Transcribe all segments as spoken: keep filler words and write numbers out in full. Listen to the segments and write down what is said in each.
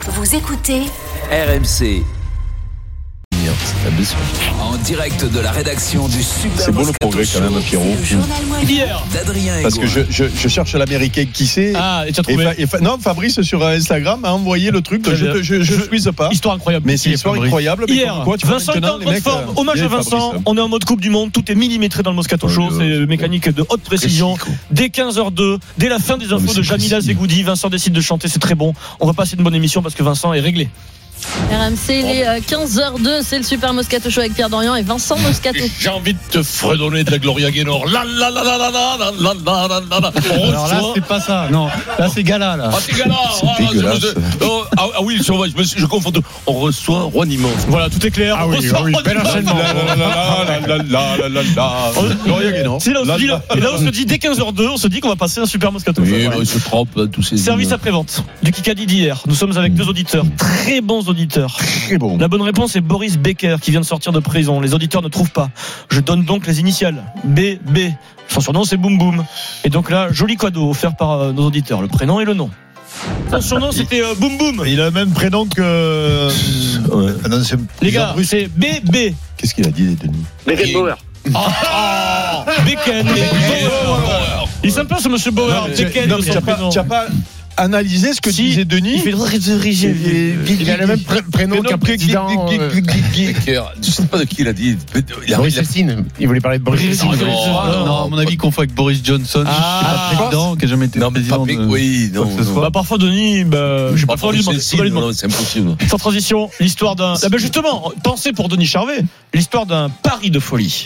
Vous écoutez R M C. En direct de la rédaction du Super C'est beau le Moscato progrès quand même, Pierrot. Hier d'Adrien Parce Ego. que je, je, je cherche l'américain qui c'est. Ah, et tu as Et trouvé Fa- et Fa- non, Fabrice sur Instagram a envoyé le truc. Très Je bien. ne je, je, je suis pas. Histoire incroyable. Mais c'est une histoire Fabrice. incroyable. Mais Hier, comme quoi, tu vois, Vincent est maintenant, en les grande mecs, forme. euh, Hommage bien à Vincent. Fabrice. On est en mode Coupe du Monde. Tout est millimétré dans le Moscato Show. oui, C'est oui. mécanique de haute précision. Précis, Dès quinze heures deux, dès la fin des mais infos c'est de Jamila précis. Zegoudi, Vincent décide de chanter. C'est très bon. On va passer une bonne émission parce que Vincent est réglé. R M C, il est quinze heures deux, c'est le Super Moscato Show avec Pierre Dorian et Vincent Moscato. J'ai envie de te fredonner de la Gloria Gaynor. La la la la la la la la la la la la. Alors là, c'est pas ça. Non, là, c'est Gala, là. Ah, c'est gala. C'est dégueulasse. Oh, ah, ah oui, je, je, me suis- je confonds. On reçoit Juan Immense. Voilà, tout est clair. Ah oui, Bonsoir, ah oui, Ronnie. bel enchaînement. La, la, la, la, la, la, la, la. Gloria Gaynor. C'est là, on se La, dit- la, et là, on se dit dès quinze heures deux, on se dit qu'on va passer un Super Moscato Show. Oui, Voilà. il se trompe, hein, tous ces. Service après-vente du Kikadi d'hier. Nous sommes avec deux auditeurs, très bons auditeurs. Très bon. La bonne réponse est Boris Becker qui vient de sortir de prison. Les auditeurs ne trouvent pas. Je donne donc les initiales. B, B. Son surnom c'est Boum Boum. Et donc là, joli cadeau offert par euh, nos auditeurs. Le prénom et le nom. Son surnom c'était euh, Boum Boum. Il a le même prénom que. Ouais. Ah non, c'est- Les gars, c'est B, B. Qu'est-ce qu'il a dit, Denis? Beckenbauer. Ah, Becken. Bauer. Il est sympa ce monsieur Bauer. Non, mais Becken, non, mais son tu n'as pas, prénom. tu as pas analysé ce que Si, disait Denis. Il fait Il a le même pré- prénom qu'un président. euh, Becker, je sais pas de qui il a dit. Il a, Boris il a- Cécine. Il voulait parler de Boris Boris Cécine. Cécine. non, Non, à mon avis, il confond avec Boris Johnson, Ah, qui n'est pas président, qui n'a jamais été Non, mais pas président. Beck, de- oui, non. quoi que ce non. soit. Bah, parfois Denis, bah, j'ai pas Pas le temps de lui Boris demander. Cécine, non, c'est impossible. Sans transition, l'histoire d'un. Ah ben justement, pensez pour Denis Charvet, l'histoire d'un pari de folie.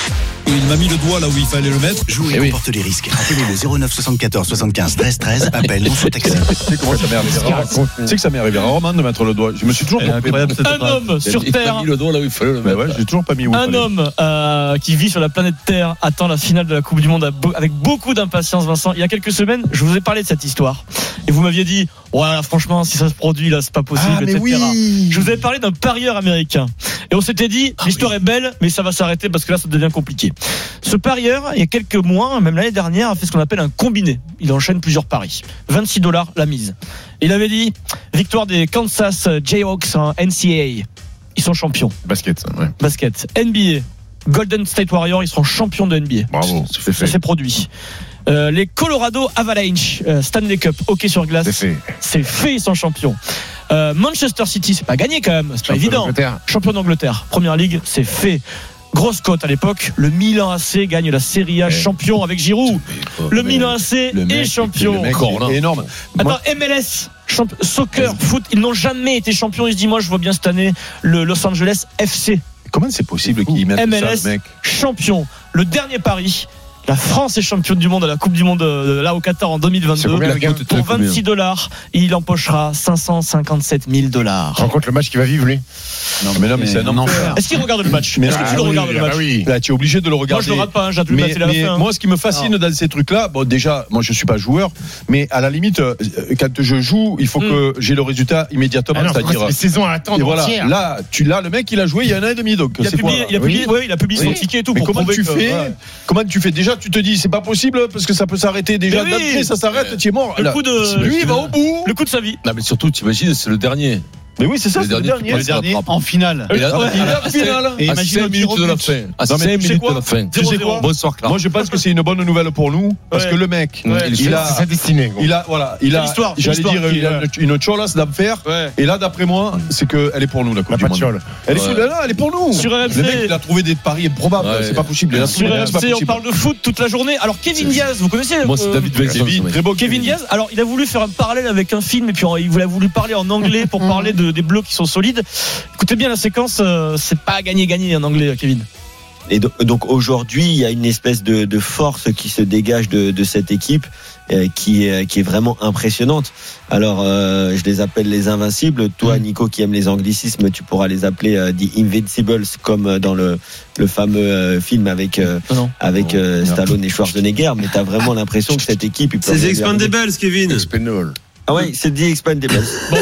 Il m'a mis le doigt là où il fallait le mettre. Jouer Eh oui. comporte les risques. Appelez le zéro neuf soixante-quatorze soixante-quinze treize treize. Appel non sous taxi. Tu sais comment ça m'est arrivé rarement. Tu sais que ça m'est arrivé rarement de mettre le doigt. Je me suis toujours Elle est trompé. incroyable cette Un phrase. homme sur Il a Terre, mis le doigt là où il fallait le Mais mettre. ouais, j'ai toujours pas mis où il un fallait. homme euh, qui vit sur la planète Terre attend la finale de la Coupe du Monde à beau- avec beaucoup d'impatience, Vincent. Il y a quelques semaines, je vous ai parlé de cette histoire et vous m'aviez dit, ouais, franchement, si ça se produit là, c'est pas possible, Ah, mais et cetera. oui. Je vous avais parlé d'un parieur américain. Et on s'était dit, l'histoire est belle, mais ça va s'arrêter parce que là, ça devient compliqué. Ce parieur, il y a quelques mois, même l'année dernière, a fait ce qu'on appelle un combiné. Il enchaîne plusieurs paris. vingt-six dollars la mise. Il avait dit, victoire des Kansas Jayhawks en N C A A. Ils sont champions. Basket, ça, ouais. Basket. N B A. Golden State Warriors, ils seront champions de N B A. Bravo. C'est Ça fait. s'est produit. Euh, les Colorado Avalanche, euh, Stanley Cup, hockey sur glace. C'est fait. C'est fait, ils sont champions. Euh, Manchester City, c'est pas gagné quand même, c'est pas Champion évident. d'Angleterre. Champion d'Angleterre, première ligue, c'est fait. Grosse cote à l'époque, le Milan A C gagne la Serie A, champion avec Giroud. Le Milan A C Le est mec, champion. le mec, Encore, il est là. énorme. Attends, Moi, M L S, champ- soccer, foot, ils n'ont jamais été champions. Il se dit, moi, je vois bien cette année le Los Angeles F C, comment c'est possible qu'il mette M ça, L S, le mec? champion. Le dernier pari, la France est championne du monde à la Coupe du Monde euh, là au Qatar en deux mille C'est vingt-deux. combien le gain? Pour vingt-six dollars, il empochera cinq cent cinquante-sept mille dollars. Tu rends compte le match qu'il va vivre, lui? Non, mais non, mais c'est un enfer. Est-ce qu'il regarde le match? Mais Est-ce que ah tu le oui, regardes le ah match? bah oui. Là, tu es obligé de le Moi, regarder. je le rate pas, hein, j'ai hâte de le Mais, mater à la mais fin. moi, ce qui me fascine dans ces trucs-là, bon, déjà, moi, je suis pas joueur, mais à la limite, euh, quand je joue, il faut Mm. que j'ai le résultat immédiatement, Ah non, c'est-à-dire. c'est des saisons à attendre Et voilà, entières. là, tu l'as, le mec, il a joué il y a un an et demi, donc Il a c'est publié, quoi, il a là publié, ouais, il a publié son Oui. ticket et tout Mais pour comment prouver tu que, fais ouais. Comment tu fais Déjà, tu te dis, c'est pas possible parce que ça peut s'arrêter déjà. Mais oui. D'entrée, ça s'arrête, tu es mort. Le Là, coup de- lui, il va au bout. Le coup de sa vie. Non, mais surtout, t'imagines, c'est le dernier. Mais oui, c'est ça, Le c'est le dernier qui dernier. passe la trappe. En finale. Et là, Ouais. à la En finale. Et à imagine cinq au minutes tir au de la but. fin. À Non, mais cinq tu sais minutes quoi de la fin. Tu sais quoi Bonsoir, Clark. Moi, je pense que c'est une bonne nouvelle pour nous parce Ouais. que le mec, Ouais. il C'est a. sa destinée. gros. Il a, voilà, il C'est a, l'histoire, c'est j'allais l'histoire dire, qui- il a une, une cholas d'affaire. Ouais. Et là, d'après moi, c'est qu'elle est pour nous, la Coupe La du Monde. Patiole. Elle est, Ouais. sous- là, elle est pour nous. Sur R M C. Le mec, il a trouvé des paris improbables. Ouais. C'est pas possible. Il a Sur trouvé- R c'est pas M C, on possible. parle de foot toute la journée. Alors, Kevin Diaz, vous connaissez Moi, c'est euh, David Beckham. Kevin, très beau. Kevin Diaz, alors il a voulu faire un parallèle avec un film et puis il voulait voulu parler en anglais pour parler de, des Bleus qui sont solides. Écoutez bien la séquence, euh, c'est pas gagné-gagné en anglais, Kevin. Et do- donc aujourd'hui, il y a une espèce de, de force qui se dégage de, de cette équipe euh, qui, est, qui est vraiment impressionnante. Alors, euh, je les appelle les invincibles. Toi, Nico, qui aime les anglicismes, tu pourras les appeler euh, The Invincibles, comme dans le, le fameux euh, film avec, euh, Non, non. avec euh, Stallone et Schwarzenegger. Mais tu as vraiment l'impression que cette équipe... il peut C'est The rien lui arriver. Expendables, Kevin. Expendables. Ah ouais, c'est The Expendables,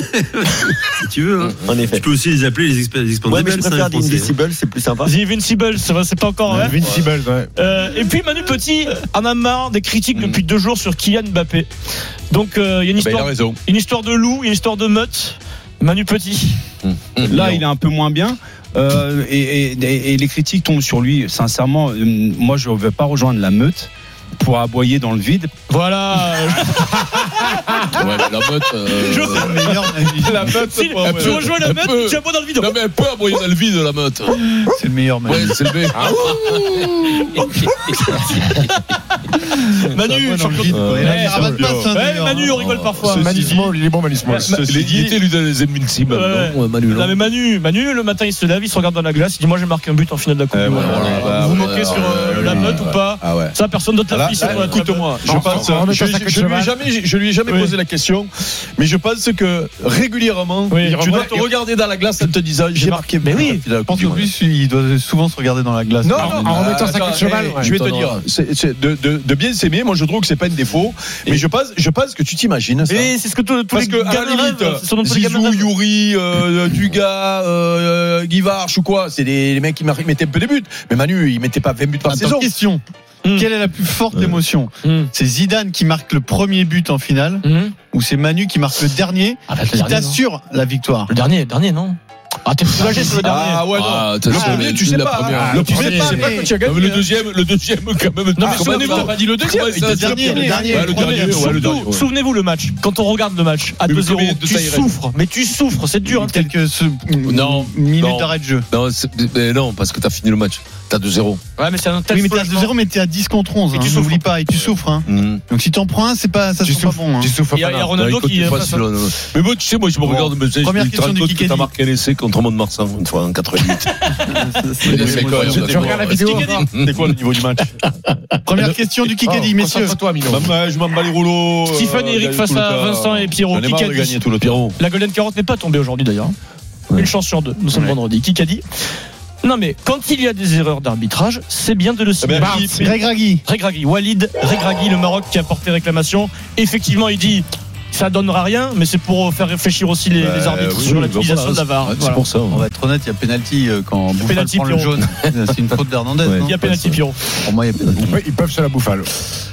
Si tu veux. Hein. en effet. Tu peux aussi les appeler les Expe- les Ouais, Expendables. mais je préfère hein, The en français. Invincibles, c'est plus sympa. The Invincible, ça va, c'est pas encore. hein. Invincible, ouais. Euh, et puis Manu Petit en a marre des critiques depuis deux jours sur Kylian Mbappé. Donc euh, il y a une Ben, il a histoire, raison. une histoire de loup, une histoire de meute. Manu Petit. Là, il est un peu moins bien. Euh, et, et, et les critiques tombent sur lui. Sincèrement, euh, moi, je ne vais pas rejoindre la meute pour aboyer dans le vide. Voilà. Ouais, la meute. Euh... Je... La meute. Si, pas, tu ouais. rejoins la meute, tu aboies dans le vide. Non, mais elle peut aboyer dans le vide, la meute. C'est le meilleur, Manu. Ouais, c'est le meilleur. Manu, champion. Ouais, Manu, on rigole parfois. Manu Small, il est bon, Manu Small. Il était lui dans les Invincibles. Non, Manu. Non, mais Manu, Manu, le matin, il se lève, il se regarde dans la glace, il dit moi, j'ai marqué un but en finale de la Coupe du Monde. Vous vous moquez sur la meute ou pas? Ah ouais. Ça, personne d'autre l'a pris. Écoute-moi, je pense, je, je, je lui ai jamais, je lui ai jamais Oui. posé la question, mais je pense que régulièrement, Oui. tu dois te regarder dans la glace en te disant j'ai marqué. Mais oui. Je pense qu'en plus, il doit souvent se regarder dans la glace. Non, En- non, en remettant attends, sa queue de cheval, eh, ouais. je vais te Étonnant. dire, c'est, c'est de, de, de bien s'aimer, moi je trouve que c'est pas un défaut, mais je pense, je pense que tu t'imagines ça. Et c'est ce que tous tous Parce les que à la gamins limite, rêvent. Ce sont tous les gamins Zizou, rêvent. Yuri, euh, Dugas, euh, Guy Varche ou quoi, c'est des, les mecs qui mar- mettaient un peu des buts. Mais Manu, il mettait pas vingt buts par Attends, saison. question. Mm. Quelle est la plus forte émotion? Mm. C'est Zidane qui marque le premier but en finale Mhm. ou c'est Manu qui marque le dernier Ah, bah, le qui dernier, t'assure la victoire? Le dernier, le dernier, non. Ah, t'es soulagé sur le dernier. Ah ouais, non. Ah, le t'as premier, sûr, tu sais la pas. première. hein. Le Le premier, premier, tu sais c'est- pas que tu as Non, gagné. mais le deuxième, le deuxième, quand même. Non, mais comment souvenez-vous, ça t'as pas dit le deuxième. Comment il ça, t'a dit c'est le le premier. dernier. Ouais, le dernier, ouais, le Surtout, dernier. ouais. souvenez-vous le match. Quand on regarde le match à Mais deux zéro, combien de tu taille reste souffres. Mais tu souffres, c'est dur. hein. Quelques se- Non, minutes non. d'arrêt de jeu. Non, c'est- mais non, parce que t'as fini le match. T'as deux zéro. Ouais, mais c'est un tel Oui, mais t'es à soulagement. deux zéro, mais t'es à dix contre onze. Et Hein, tu tu souffres. n'oublies pas et tu souffres. Hein. Mmh. Donc si t'en prends un, c'est pas, ça Tu sera pas souffres, bon. Hein. tu souffres Il y a, il y a pas. Ronaldo Non, qui écoute, est pas face à- celui-là, non. Mais moi, tu sais, moi, je me regarde, mais j'ai Première dit question du trente que Kikadi. t'as marqué un essai contre Mont-de-Marsan, une fois, en quatre-vingt-huit. C'est des mecs, ouais, Tu regardes la vidéo. C'est quoi le niveau du match? Première question du Kikadi, messieurs. Concentre-toi, Mino. Bah, je m'en bats les rouleaux. Stephen et Eric face à Vincent et Pierrot. J'en ai Qui marre qu'a de dit gagner tout le Pierrot. La Golden quarante n'est pas tombée aujourd'hui d'ailleurs. Une chance sur deux. Nous sommes vendredi. Qui qu'a dit Non mais quand il y a des erreurs d'arbitrage, c'est bien de le signaler. ben, qui- Greg Ragui. Regragui, Walid Regragui, le Maroc qui a porté réclamation. Effectivement, il dit ça donnera rien, mais c'est pour faire réfléchir aussi les, Bah, les arbitres oui, sur oui, l'utilisation bah, de la V A R. C'est Voilà. pour ça. On va être honnête, il y a pénalty euh, quand Bouffal Penalty, prend le Pierrot. jaune. C'est une faute d'Hernandez. Ouais. non Il y a pénalty Pierrot. Pour moi, il y a pénalty. Oui, ils peuvent se la bouffer.